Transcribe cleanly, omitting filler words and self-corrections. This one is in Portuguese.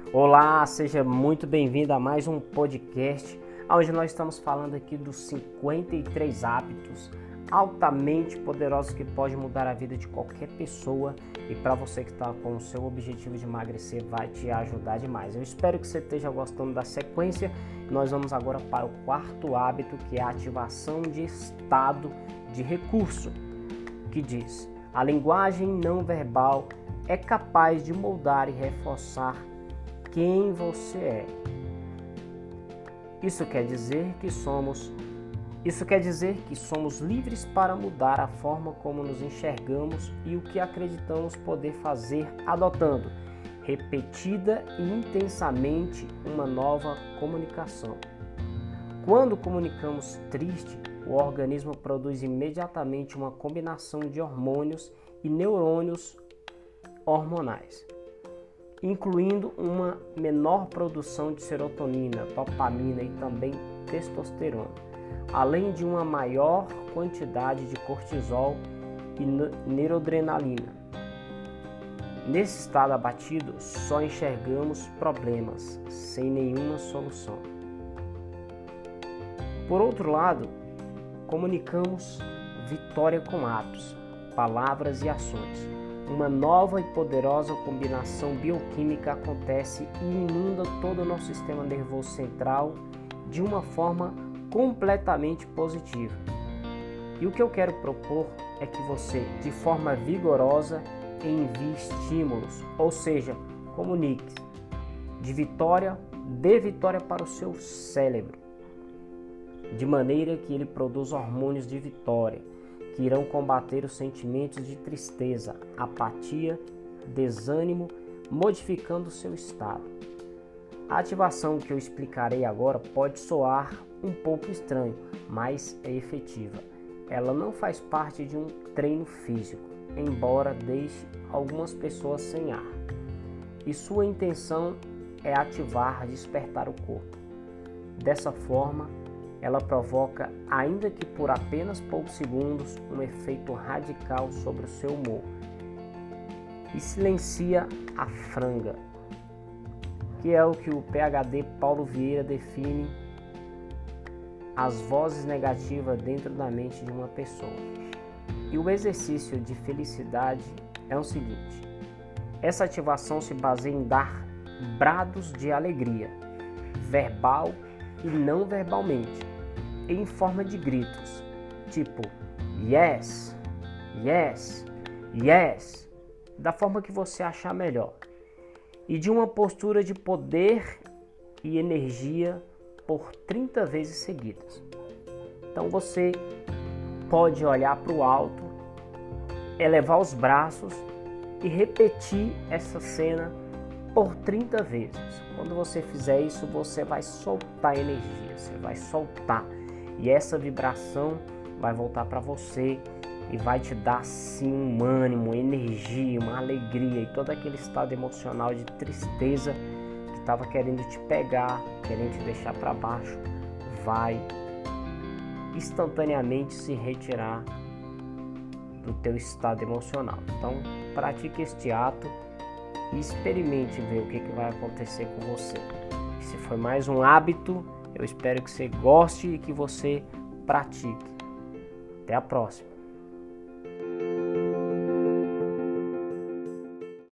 Olá, seja muito bem-vindo a mais um podcast, onde nós estamos falando aqui dos 53 hábitos altamente poderosos que podem mudar a vida de qualquer pessoa, e para você que está com o seu objetivo de emagrecer, vai te ajudar demais. Eu espero que você esteja gostando da sequência. Nós vamos agora para o quarto hábito, que é a ativação de estado de recurso, que diz: a linguagem não verbal é capaz de moldar e reforçar quem você é. Isso quer dizer que somos livres para mudar a forma como nos enxergamos e o que acreditamos poder fazer, adotando repetida e intensamente uma nova comunicação. Quando comunicamos triste, o organismo produz imediatamente uma combinação de hormônios e neurônios hormonais, incluindo uma menor produção de serotonina, dopamina e também testosterona, além de uma maior quantidade de cortisol e noradrenalina. Nesse estado abatido, só enxergamos problemas, sem nenhuma solução. Por outro lado, comunicamos vitória com atos, palavras e ações. Uma nova e poderosa combinação bioquímica acontece e inunda todo o nosso sistema nervoso central de uma forma completamente positiva. E o que eu quero propor é que você, de forma vigorosa, envie estímulos, ou seja, comunique dê vitória para o seu cérebro, de maneira que ele produza hormônios de vitória, que irão combater os sentimentos de tristeza, apatia, desânimo, modificando o seu estado. A ativação que eu explicarei agora pode soar um pouco estranho, mas é efetiva. Ela não faz parte de um treino físico, embora deixe algumas pessoas sem ar. E sua intenção é ativar, despertar o corpo. Dessa forma, ela provoca, ainda que por apenas poucos segundos, um efeito radical sobre o seu humor e silencia a franga, que é o que o PhD Paulo Vieira define as vozes negativas dentro da mente de uma pessoa. E o exercício de felicidade é o seguinte: essa ativação se baseia em dar brados de alegria, verbal e não verbalmente, em forma de gritos, tipo yes, yes, yes, da forma que você achar melhor, e de uma postura de poder e energia por 30 vezes seguidas. Então você pode olhar para o alto, elevar os braços e repetir essa cena por 30 vezes. Quando você fizer isso, você vai soltar energia, você vai soltar. E essa vibração vai voltar para você e vai te dar sim um ânimo, energia, uma alegria, e todo aquele estado emocional de tristeza que estava querendo te pegar, querendo te deixar para baixo, vai instantaneamente se retirar do teu estado emocional. Então, pratique este ato e experimente ver o que vai acontecer com você. Esse foi mais um hábito. Eu espero que você goste e que você pratique. Até a próxima.